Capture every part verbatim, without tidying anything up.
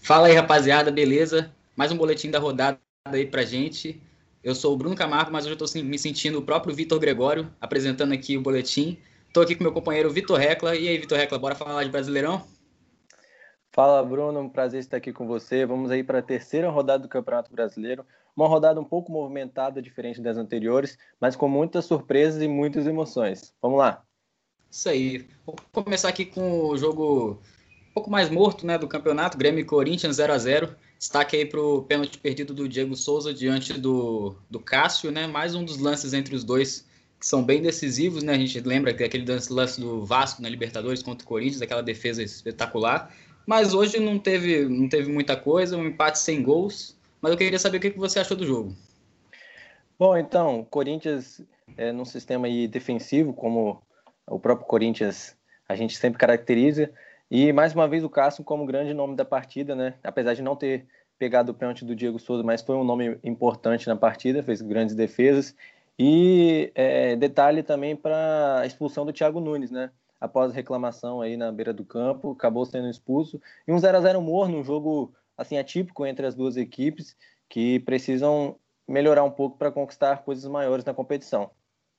Fala aí, rapaziada, beleza? Mais um boletim da rodada aí pra gente. Eu sou o Bruno Camargo, mas hoje eu tô me sentindo o próprio Vitor Gregório, apresentando aqui o boletim. Tô aqui com meu companheiro Vitor Recla. E aí, Vitor Recla, bora falar de Brasileirão? Fala, Bruno, um prazer estar aqui com você. Vamos aí para a terceira rodada do Campeonato Brasileiro. Uma rodada um pouco movimentada, diferente das anteriores, mas com muitas surpresas e muitas emoções. Vamos lá. Isso aí. Vou começar aqui com o jogo um pouco mais morto, né, do campeonato, Grêmio e Corinthians zero a zero. Destaque aí pro pênalti perdido do Diego Souza diante do, do Cássio, né? Mais um dos lances entre os dois que são bem decisivos, né? A gente lembra daquele lance do Vasco na Libertadores contra o Corinthians, aquela defesa espetacular. Mas hoje não teve, não teve muita coisa, um empate sem gols. Mas eu queria saber o que você achou do jogo. Bom, então, Corinthians é, num sistema aí defensivo, como o próprio Corinthians a gente sempre caracteriza, e mais uma vez o Cássio como grande nome da partida, né? Apesar de não ter pegado o pênalti do Diego Souza, mas foi um nome importante na partida, fez grandes defesas. E é, detalhe também para a expulsão do Thiago Nunes, né? Após reclamação aí na beira do campo, acabou sendo expulso. E um zero a zero morno, um jogo assim atípico entre as duas equipes que precisam melhorar um pouco para conquistar coisas maiores na competição.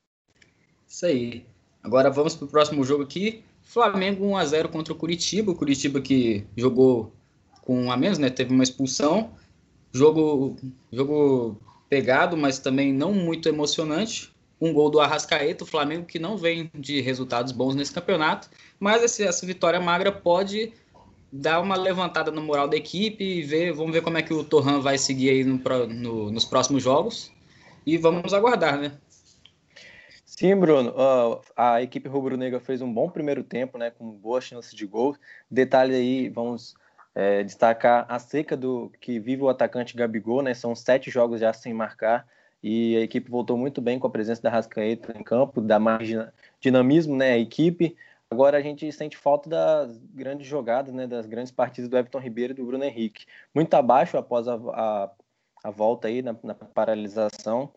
Isso aí. Agora vamos para o próximo jogo aqui. Flamengo um a zero contra o Curitiba. O Curitiba que jogou com um a menos, né? Teve uma expulsão. Jogo, jogo pegado, mas também não muito emocionante. Um gol do Arrascaeta, o Flamengo que não vem de resultados bons nesse campeonato, mas esse, essa vitória magra pode dar uma levantada no moral da equipe e ver, vamos ver como é que o Torran vai seguir aí no, no, nos próximos jogos e vamos aguardar, né? Sim, Bruno. Uh, a equipe rubro-negra fez um bom primeiro tempo, né, com boas chances de gol. Detalhe aí, vamos é, destacar a seca do que vive o atacante Gabigol, né? São sete jogos já sem marcar e a equipe voltou muito bem com a presença da Arrascaeta em campo, dá mais dinamismo, né, à equipe. Agora a gente sente falta das grandes jogadas, né, das grandes partidas do Everton Ribeiro e do Bruno Henrique. Muito abaixo após a, a, a volta aí na, na paralisação.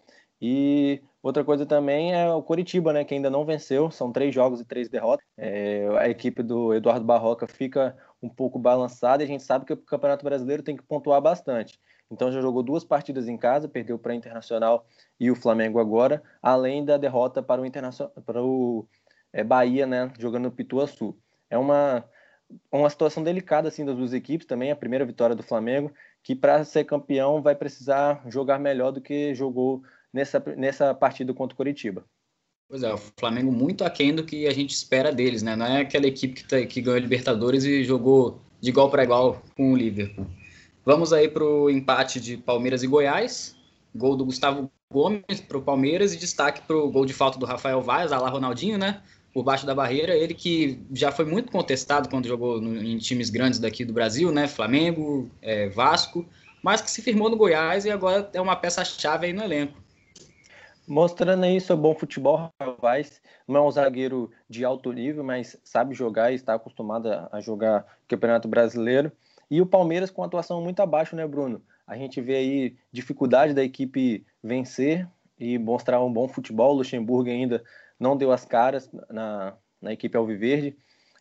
E outra coisa também é o Coritiba, né, que ainda não venceu, são três jogos e três derrotas. É, a equipe do Eduardo Barroca fica um pouco balançada e a gente sabe que o Campeonato Brasileiro tem que pontuar bastante. Então já jogou duas partidas em casa, perdeu para o Internacional e o Flamengo agora, além da derrota para o, Internacional, para o é, Bahia, né, jogando no Pituaçu. É uma, uma situação delicada assim das duas equipes também, a primeira vitória do Flamengo, que para ser campeão vai precisar jogar melhor do que jogou nessa, nessa partida contra o Coritiba. Pois é, o Flamengo muito aquém do que a gente espera deles, né? Não é aquela equipe que, tá, que ganhou a Libertadores e jogou de igual para igual com o Liverpool. Vamos aí para o empate de Palmeiras e Goiás. Gol do Gustavo Gomes para o Palmeiras e destaque para o gol de falta do Rafael Vaz, a lá Ronaldinho, né? Por baixo da barreira. Ele que já foi muito contestado quando jogou no, em times grandes daqui do Brasil, né? Flamengo, é, Vasco, mas que se firmou no Goiás e agora é uma peça-chave aí no elenco. Mostrando aí seu bom futebol, Vaz não é um zagueiro de alto nível, mas sabe jogar e está acostumado a jogar Campeonato Brasileiro. E o Palmeiras com atuação muito abaixo, né, Bruno? A gente vê aí dificuldade da equipe vencer e mostrar um bom futebol. O Luxemburgo ainda não deu as caras na, na equipe alviverde.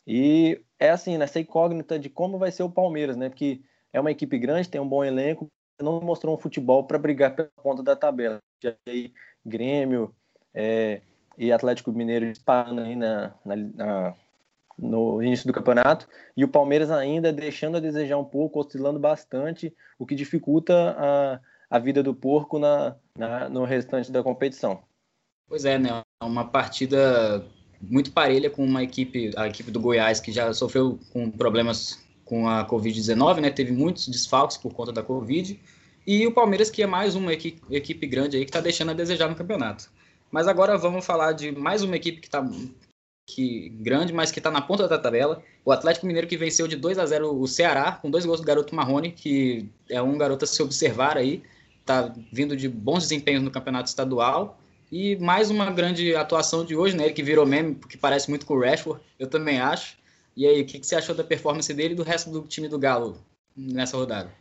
E é assim, nessa incógnita de como vai ser o Palmeiras, né? Porque é uma equipe grande, tem um bom elenco, não mostrou um futebol para brigar pela ponta da tabela. E aí, Grêmio é, e Atlético Mineiro disparando aí na, na, na, no início do campeonato, e o Palmeiras ainda deixando a desejar um pouco, oscilando bastante, o que dificulta a, a vida do porco na, na, no restante da competição. Pois é, né? Uma partida muito parelha com uma equipe, a equipe do Goiás, que já sofreu com problemas com a covid dezenove, né? Teve muitos desfalques por conta da Covid. E o Palmeiras, que é mais uma equipe, equipe grande aí que está deixando a desejar no campeonato. Mas agora vamos falar de mais uma equipe que está que, grande, mas que está na ponta da tabela. O Atlético Mineiro que venceu de dois a zero o Ceará, com dois gols do garoto Marrone, que é um garoto a se observar aí. Está vindo de bons desempenhos no campeonato estadual. E mais uma grande atuação de hoje, né? Ele que virou meme, porque parece muito com o Rashford, eu também acho. E aí, o que, que você achou da performance dele e do resto do time do Galo nessa rodada?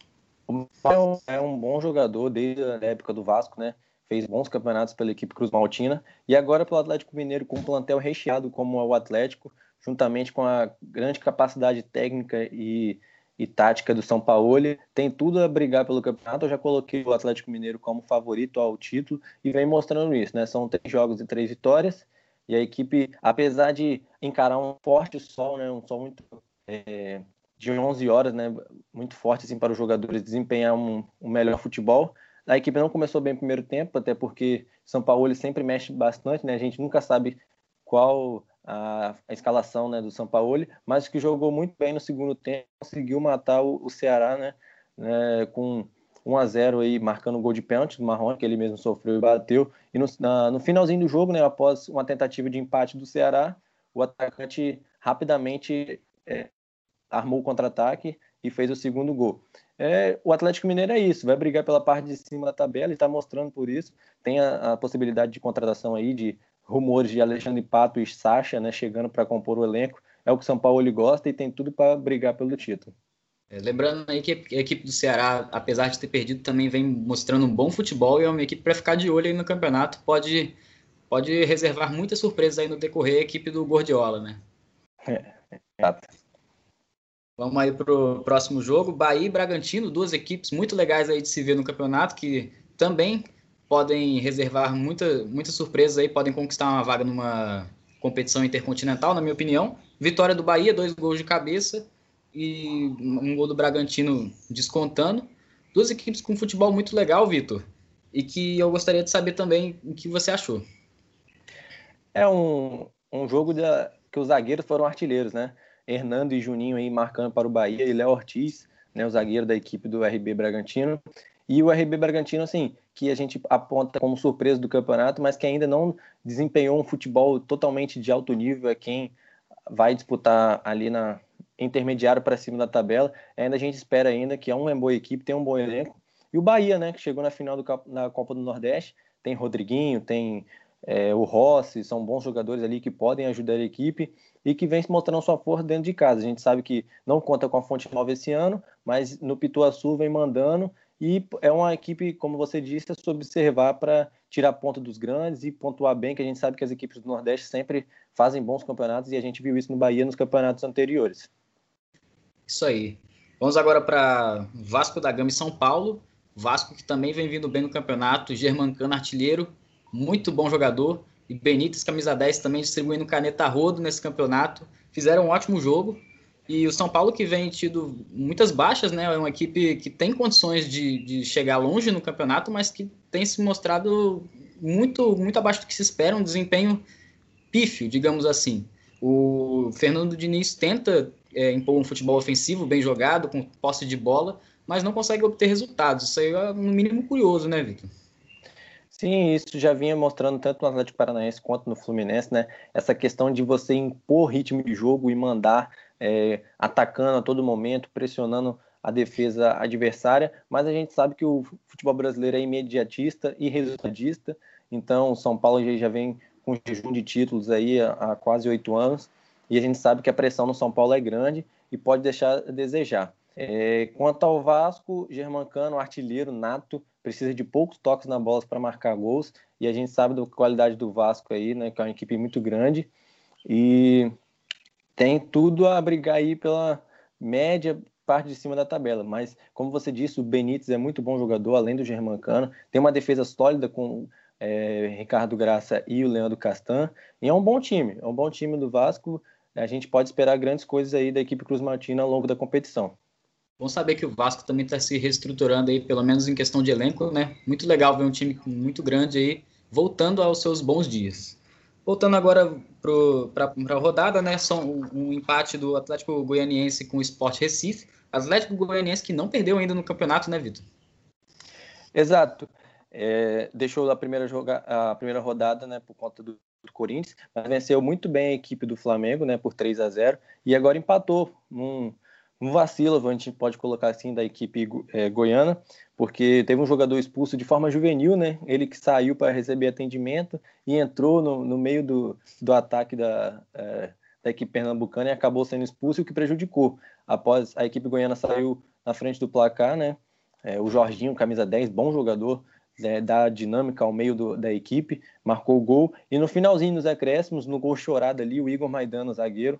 O é um bom jogador desde a época do Vasco, né? Fez bons campeonatos pela equipe Cruz Maltina e agora pelo Atlético Mineiro com um plantel recheado como é o Atlético, juntamente com a grande capacidade técnica e e tática do Sampaoli, tem tudo a brigar pelo campeonato. Eu já coloquei o Atlético Mineiro como favorito ao título e vem mostrando isso, né? São três jogos e três vitórias, e a equipe, apesar de encarar um forte sol, né? Um sol muito é, de onze horas, né? Muito forte assim, para os jogadores desempenhar um, um melhor futebol. A equipe não começou bem no primeiro tempo, até porque São Paulo sempre mexe bastante, né? A gente nunca sabe qual a, a escalação, né, do São Paulo, mas que jogou muito bem no segundo tempo, conseguiu matar o, o Ceará, né, né, com um a zero aí, marcando o gol de pênalti do Marrone, que ele mesmo sofreu e bateu. E no, na, no finalzinho do jogo, né, após uma tentativa de empate do Ceará, o atacante rapidamente é, armou o contra-ataque e fez o segundo gol. É, o Atlético Mineiro é isso, vai brigar pela parte de cima da tabela e está mostrando por isso. Tem a, a possibilidade de contratação aí, de rumores de Alexandre Pato e Sacha, né, chegando para compor o elenco. É o que o São Paulo gosta e tem tudo para brigar pelo título. É, lembrando aí que a equipe do Ceará, apesar de ter perdido, também vem mostrando um bom futebol e é uma equipe para ficar de olho aí no campeonato. Pode, pode reservar muitas surpresas aí no decorrer, a equipe do Gordiola, né? É, exato. Vamos aí para o próximo jogo. Bahia e Bragantino, duas equipes muito legais aí de se ver no campeonato, que também podem reservar muita, muitas surpresas aí, podem conquistar uma vaga numa competição intercontinental, na minha opinião. Vitória do Bahia, dois gols de cabeça e um gol do Bragantino descontando. Duas equipes com futebol muito legal, Vitor, e que eu gostaria de saber também o que você achou. É um, um jogo da, que os zagueiros foram artilheiros, né? Hernando e Juninho aí marcando para o Bahia e Léo Ortiz, né, o zagueiro da equipe do R B Bragantino. E o R B Bragantino, assim, que a gente aponta como surpresa do campeonato, mas que ainda não desempenhou um futebol totalmente de alto nível, é quem vai disputar ali na intermediário para cima da tabela. Ainda a gente espera ainda que é uma boa equipe, tem um bom elenco. E o Bahia, né, que chegou na final do, na Copa do Nordeste, tem Rodriguinho, tem é, o Rossi, são bons jogadores ali que podem ajudar a equipe e que vem se mostrando sua força dentro de casa. A gente sabe que não conta com a Fonte Nova esse ano, mas no Pituaçu vem mandando e é uma equipe, como você disse, a se observar para tirar ponta dos grandes e pontuar bem, que a gente sabe que as equipes do Nordeste sempre fazem bons campeonatos e a gente viu isso no Bahia nos campeonatos anteriores. Isso aí. Vamos agora para Vasco da Gama e São Paulo. Vasco que também vem vindo bem no campeonato, Germancano artilheiro, muito bom jogador, e Benítez, camisa dez, também distribuindo caneta a rodo nesse campeonato. Fizeram um ótimo jogo. E o São Paulo que vem tido muitas baixas, né? É uma equipe que tem condições de, de chegar longe no campeonato, mas que tem se mostrado muito, muito abaixo do que se espera, um desempenho pífio, digamos assim. O Fernando Diniz tenta é, impor um futebol ofensivo, bem jogado, com posse de bola, mas não consegue obter resultados. Isso aí é, no mínimo, curioso, né, Vitor? Sim, isso já vinha mostrando tanto no Atlético Paranaense quanto no Fluminense, né? Essa questão de você impor ritmo de jogo e mandar é, atacando a todo momento, pressionando a defesa adversária, mas a gente sabe que o futebol brasileiro é imediatista e resultadista, então o São Paulo já vem com um jejum de títulos aí há, há quase oito anos, e a gente sabe que a pressão no São Paulo é grande e pode deixar a desejar. É, quanto ao Vasco, Germancano, artilheiro nato, precisa de poucos toques na bola para marcar gols, e a gente sabe da qualidade do Vasco aí, né, que é uma equipe muito grande, e tem tudo a brigar aí pela média parte de cima da tabela, mas como você disse, o Benítez é muito bom jogador, além do Germancano, tem uma defesa sólida com é, Ricardo Graça e o Leandro Castan, e é um bom time, é um bom time do Vasco, a gente pode esperar grandes coisas aí da equipe Cruz Maltina ao longo da competição. Bom saber que o Vasco também está se reestruturando aí, pelo menos em questão de elenco, né? Muito legal ver um time muito grande aí, voltando aos seus bons dias. Voltando agora para a rodada, né? São um, um empate do Atlético Goianiense com o Sport Recife. Atlético Goianiense que não perdeu ainda no campeonato, né, Vitor? Exato. É, deixou a primeira, joga, a primeira rodada, né, por conta do, do Corinthians, mas venceu muito bem a equipe do Flamengo, né, por três a zero, e agora empatou num, um vacilo, a gente pode colocar assim, da equipe é, goiana, porque teve um jogador expulso de forma juvenil, né? Ele que saiu para receber atendimento e entrou no, no meio do, do ataque da, é, da equipe pernambucana e acabou sendo expulso, o que prejudicou. Após a equipe goiana saiu na frente do placar, né? É, o Jorginho, camisa dez, bom jogador, né, dá dinâmica ao meio do, da equipe, marcou o gol, e no finalzinho dos acréscimos, no gol chorado ali, o Igor Maidana, zagueiro,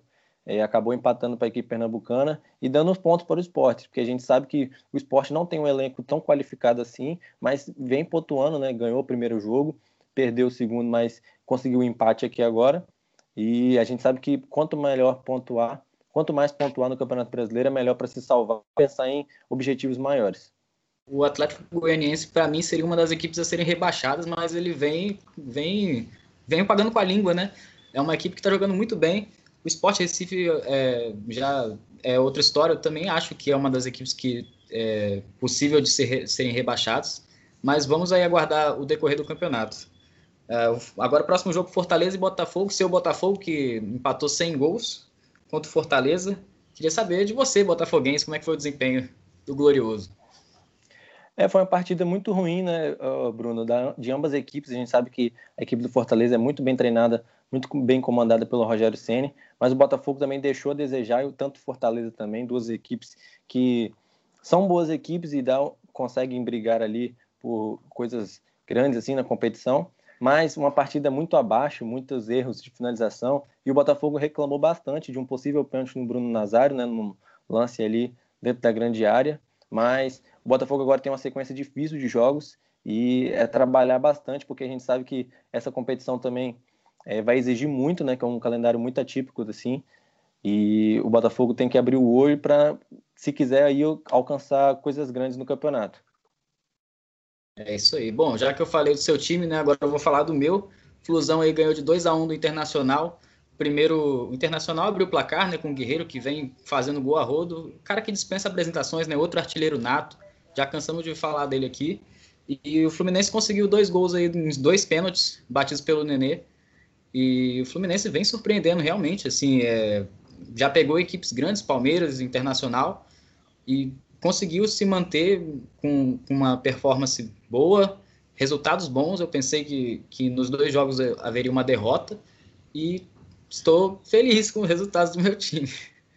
é, acabou empatando para a equipe pernambucana e dando os pontos para o Sport, porque a gente sabe que o Sport não tem um elenco tão qualificado assim, mas vem pontuando, né? Ganhou o primeiro jogo, perdeu o segundo, mas conseguiu o empate aqui agora. E a gente sabe que quanto melhor pontuar, quanto mais pontuar no Campeonato Brasileiro, é melhor para se salvar, pensar em objetivos maiores. O Atlético Goianiense, para mim, seria uma das equipes a serem rebaixadas, mas ele vem, vem, vem pagando com a língua, né? É uma equipe que está jogando muito bem. O Sport Recife é, já é outra história. Eu também acho que é uma das equipes que é possível de ser, serem rebaixadas, mas vamos aí aguardar o decorrer do campeonato. É, agora, o próximo jogo, Fortaleza e Botafogo. Seu Botafogo, que empatou cem gols contra o Fortaleza. Queria saber de você, botafoguense, como é que foi o desempenho do Glorioso. É, foi uma partida muito ruim, né, Bruno, da, de ambas as equipes. A gente sabe que a equipe do Fortaleza é muito bem treinada, muito bem comandada pelo Rogério Ceni, mas o Botafogo também deixou a desejar, e tanto Fortaleza também, duas equipes que são boas equipes e dá, conseguem brigar ali por coisas grandes assim na competição, mas uma partida muito abaixo, muitos erros de finalização, e o Botafogo reclamou bastante de um possível pênalti no Bruno Nazário, né, num lance ali dentro da grande área, mas o Botafogo agora tem uma sequência difícil de jogos e é trabalhar bastante, porque a gente sabe que essa competição também é, vai exigir muito, né, que é um calendário muito atípico, assim, e o Botafogo tem que abrir o olho para, se quiser, aí alcançar coisas grandes no campeonato. É isso aí. Bom, já que eu falei do seu time, né, agora eu vou falar do meu. Flusão aí ganhou de dois a um do Internacional. Primeiro, o Internacional abriu o placar, né, com o Guerreiro, que vem fazendo gol a rodo. Cara que dispensa apresentações, né, outro artilheiro nato. Já cansamos de falar dele aqui. E, e o Fluminense conseguiu dois gols aí, uns dois pênaltis batidos pelo Nenê. E o Fluminense vem surpreendendo realmente, assim, é, já pegou equipes grandes, Palmeiras, Internacional, e conseguiu se manter com uma performance boa, resultados bons. Eu pensei que, que nos dois jogos haveria uma derrota e estou feliz com os resultados do meu time.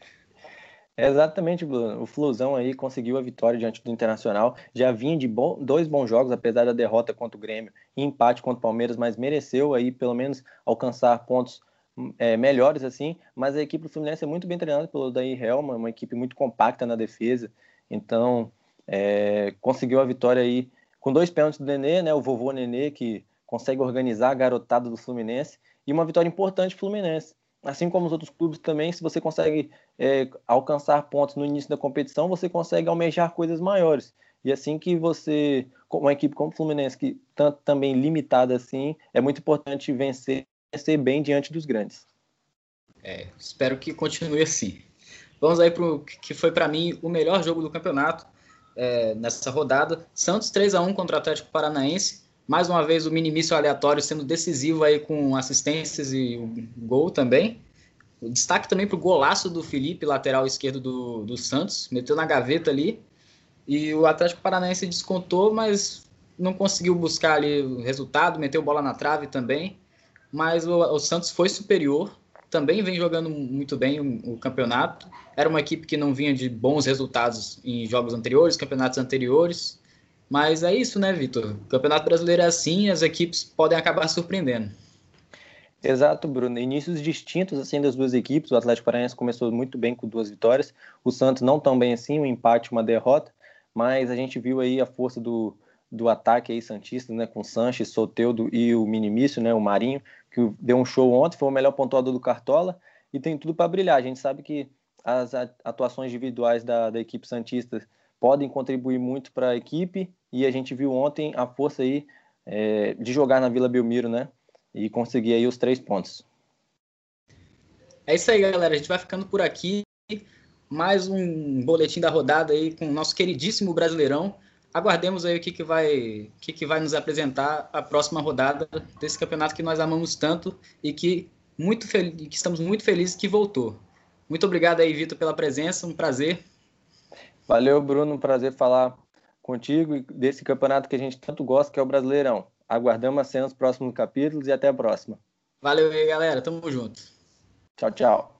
É exatamente, Bruno. O Flusão aí conseguiu a vitória diante do Internacional. Já vinha de bom, dois bons jogos, apesar da derrota contra o Grêmio e empate contra o Palmeiras, mas mereceu aí pelo menos alcançar pontos é, melhores assim. Mas a equipe do Fluminense é muito bem treinada pelo Odair Hellmann, uma equipe muito compacta na defesa. Então, é, conseguiu a vitória aí com dois pênaltis do Nenê, né? O vovô Nenê, que consegue organizar a garotada do Fluminense, e uma vitória importante pro Fluminense. Assim como os outros clubes também, se você consegue é, alcançar pontos no início da competição, você consegue almejar coisas maiores. E assim que você, uma equipe como o Fluminense, que tanto também limitada assim, é muito importante vencer, vencer bem diante dos grandes. É, espero que continue assim. Vamos aí para o que foi para mim o melhor jogo do campeonato é, nessa rodada. Santos três a um contra o Atlético Paranaense. Mais uma vez o minimício aleatório sendo decisivo aí com assistências e gol também. O destaque também para o golaço do Felipe, lateral esquerdo do, do Santos. Meteu na gaveta ali. E o Atlético Paranaense descontou, mas não conseguiu buscar ali o resultado. Meteu bola na trave também. Mas o, o Santos foi superior. Também vem jogando muito bem o, o campeonato. Era uma equipe que não vinha de bons resultados em jogos anteriores, campeonatos anteriores. Mas é isso, né, Vitor? O Campeonato Brasileiro é assim, as equipes podem acabar surpreendendo. Exato, Bruno. Inícios distintos assim das duas equipes. O Atlético Paranaense começou muito bem com duas vitórias. O Santos não tão bem assim, um empate, uma derrota. Mas a gente viu aí a força do, do ataque aí santista, né, com o Sanches, Soteldo e o Minimício, né, o Marinho, que deu um show ontem, foi o melhor pontuador do Cartola e tem tudo para brilhar. A gente sabe que as atuações individuais da, da equipe santista podem contribuir muito para a equipe e a gente viu ontem a força aí é, de jogar na Vila Belmiro, né, e conseguir aí os três pontos. É isso aí, galera. A gente vai ficando por aqui. Mais um boletim da rodada aí com o nosso queridíssimo Brasileirão. Aguardemos aí o que, que, vai, o que, que vai nos apresentar a próxima rodada desse campeonato que nós amamos tanto e que, muito fel- que estamos muito felizes que voltou. Muito obrigado aí, Vitor, pela presença. Um prazer. Valeu, Bruno. Um prazer falar contigo e desse campeonato que a gente tanto gosta, que é o Brasileirão. Aguardamos as cenas nos próximos capítulos e até a próxima. Valeu aí, galera. Tamo junto. Tchau, tchau.